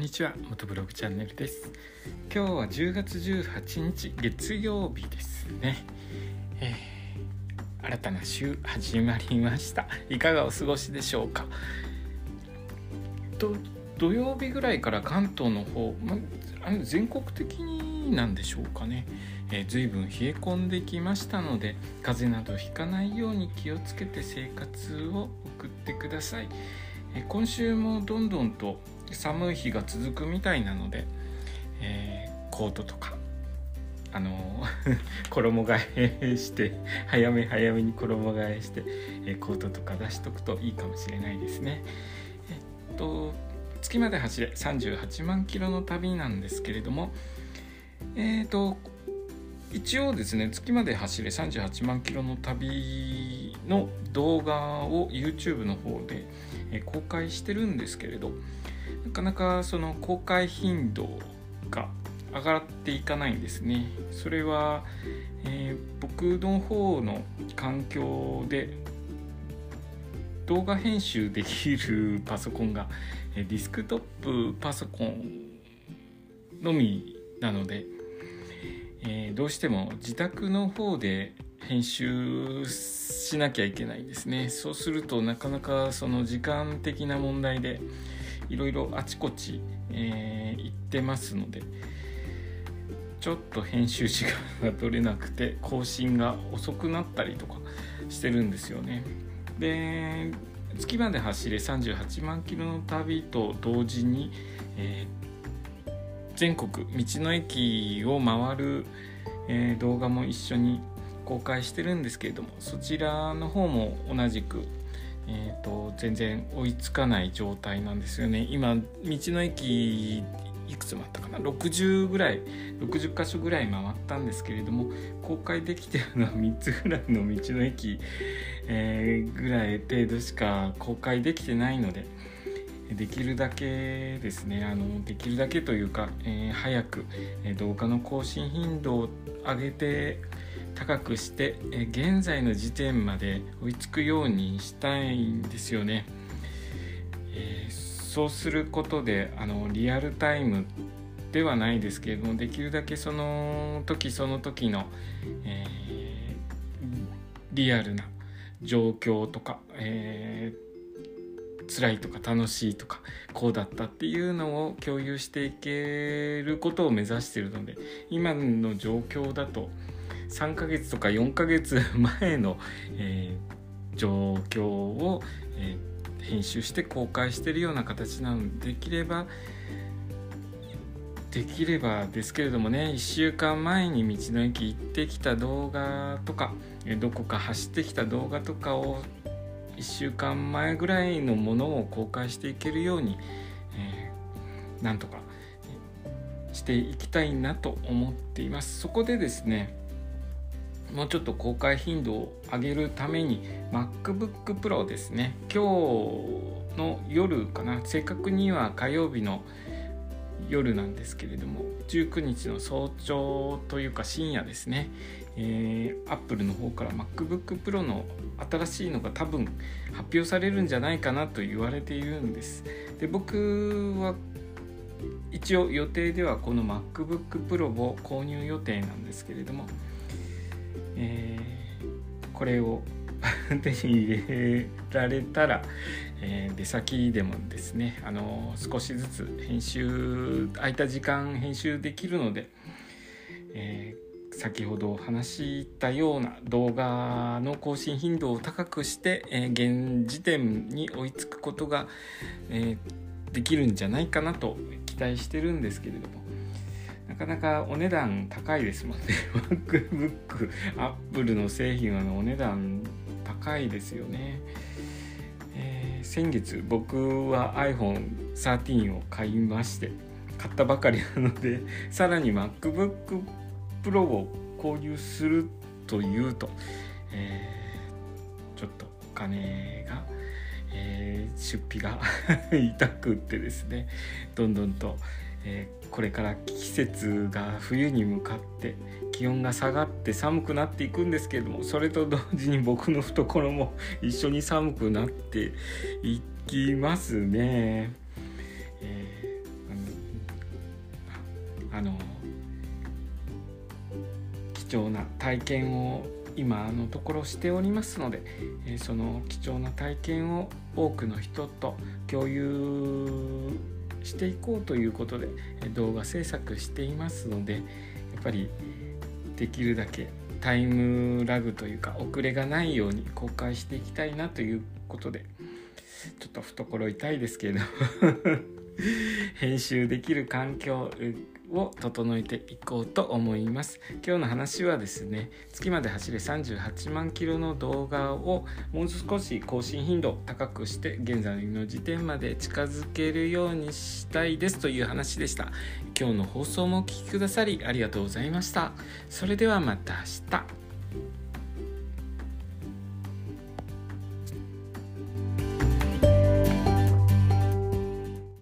にちは、元ブログチャンネルです。今日は10月18日月曜日ですね。新たな週始まりました。いかがお過ごしでしょうか。土曜日ぐらいから関東の方、全国的になんでしょうかね。随分冷え込んできましたので、風邪などひかないように気をつけて生活を送ってください。今週もどんどんと寒い日が続くみたいなので、コートとか衣替えして早めに衣替えして、コートとか出しとくといいかもしれないですね。月まで走れ38万キロの旅なんですけれども、一応ですね、月まで走れ38万キロの旅の動画を YouTube の方で公開してるんですけれど、なかなかその公開頻度が上がっていかないんですね。それは、僕の方の環境で動画編集できるパソコンがディスクトップパソコンのみなので、どうしても自宅の方で編集しなきゃいけないんですね。そうするとなかなかその時間的な問題でいろいろあちこち、行ってますので、ちょっと編集時間が取れなくて更新が遅くなったりとかしてるんですよね。で、月まで走れ38万キロの旅と同時に、全国道の駅を回る、動画も一緒に公開してるんですけれども、そちらの方も同じく、全然追いつかない状態なんですよね。今道の駅いくつ回ったかな、60箇所ぐらい回ったんですけれども、公開できてるのは3つぐらいの道の駅、ぐらい程度しか公開できてないので、できるだけですね、できるだけというか、早く動画の更新頻度を上げて高くして、現在の時点まで追いつくようにしたいんですよね。そうすることでリアルタイムではないですけれども、できるだけその時その時の、リアルな状況とか、辛いとか楽しいとかこうだったっていうのを共有していけることを目指しているので、今の状況だと3ヶ月とか4ヶ月前の、状況を、編集して公開しているような形なので、できればですけれどもね、1週間前に道の駅行ってきた動画とか、どこか走ってきた動画とかを1週間前ぐらいのものを公開していけるように、なんとかしていきたいなと思っています。そこでですね、もうちょっと公開頻度を上げるために MacBook Pro ですね、今日の夜かな、正確には火曜日の夜なんですけれども、19日の早朝というか深夜ですね、Apple の方から MacBook Pro の新しいのが多分発表されるんじゃないかなと言われているんです。で、僕は一応予定ではこの MacBook Pro を購入予定なんですけれども、これを手に入れられたら、出先でもですね、少しずつ空いた時間編集できるので、先ほど話したような動画の更新頻度を高くして、現時点に追いつくことが、できるんじゃないかなと期待してるんですけれども、なかなかお値段高いですもんね。MacBook、Apple の製品はお値段高いですよね。先月僕は iPhone13 を買いったばかりなので、さらに MacBook Pro を購入するというと、ちょっとお金が、出費が痛くってですね、どんどんと、これから季節が冬に向かって気温が下がって寒くなっていくんですけれども、それと同時に僕の懐も一緒に寒くなっていきますね。 重な体験を今のところしておりますので、その貴重な体験を多くの人と共有していこうということで動画制作していますので、やっぱりできるだけタイムラグというか遅れがないように公開していきたいなということで、ちょっと懐痛いですけれど編集できる環境を整えていこうと思います。今日の話はですね、月まで走れ38万キロの動画をもう少し更新頻度を高くして現在の時点まで近づけるようにしたいですという話でした。今日の放送もお聞きくださりありがとうございました。それではまた明日。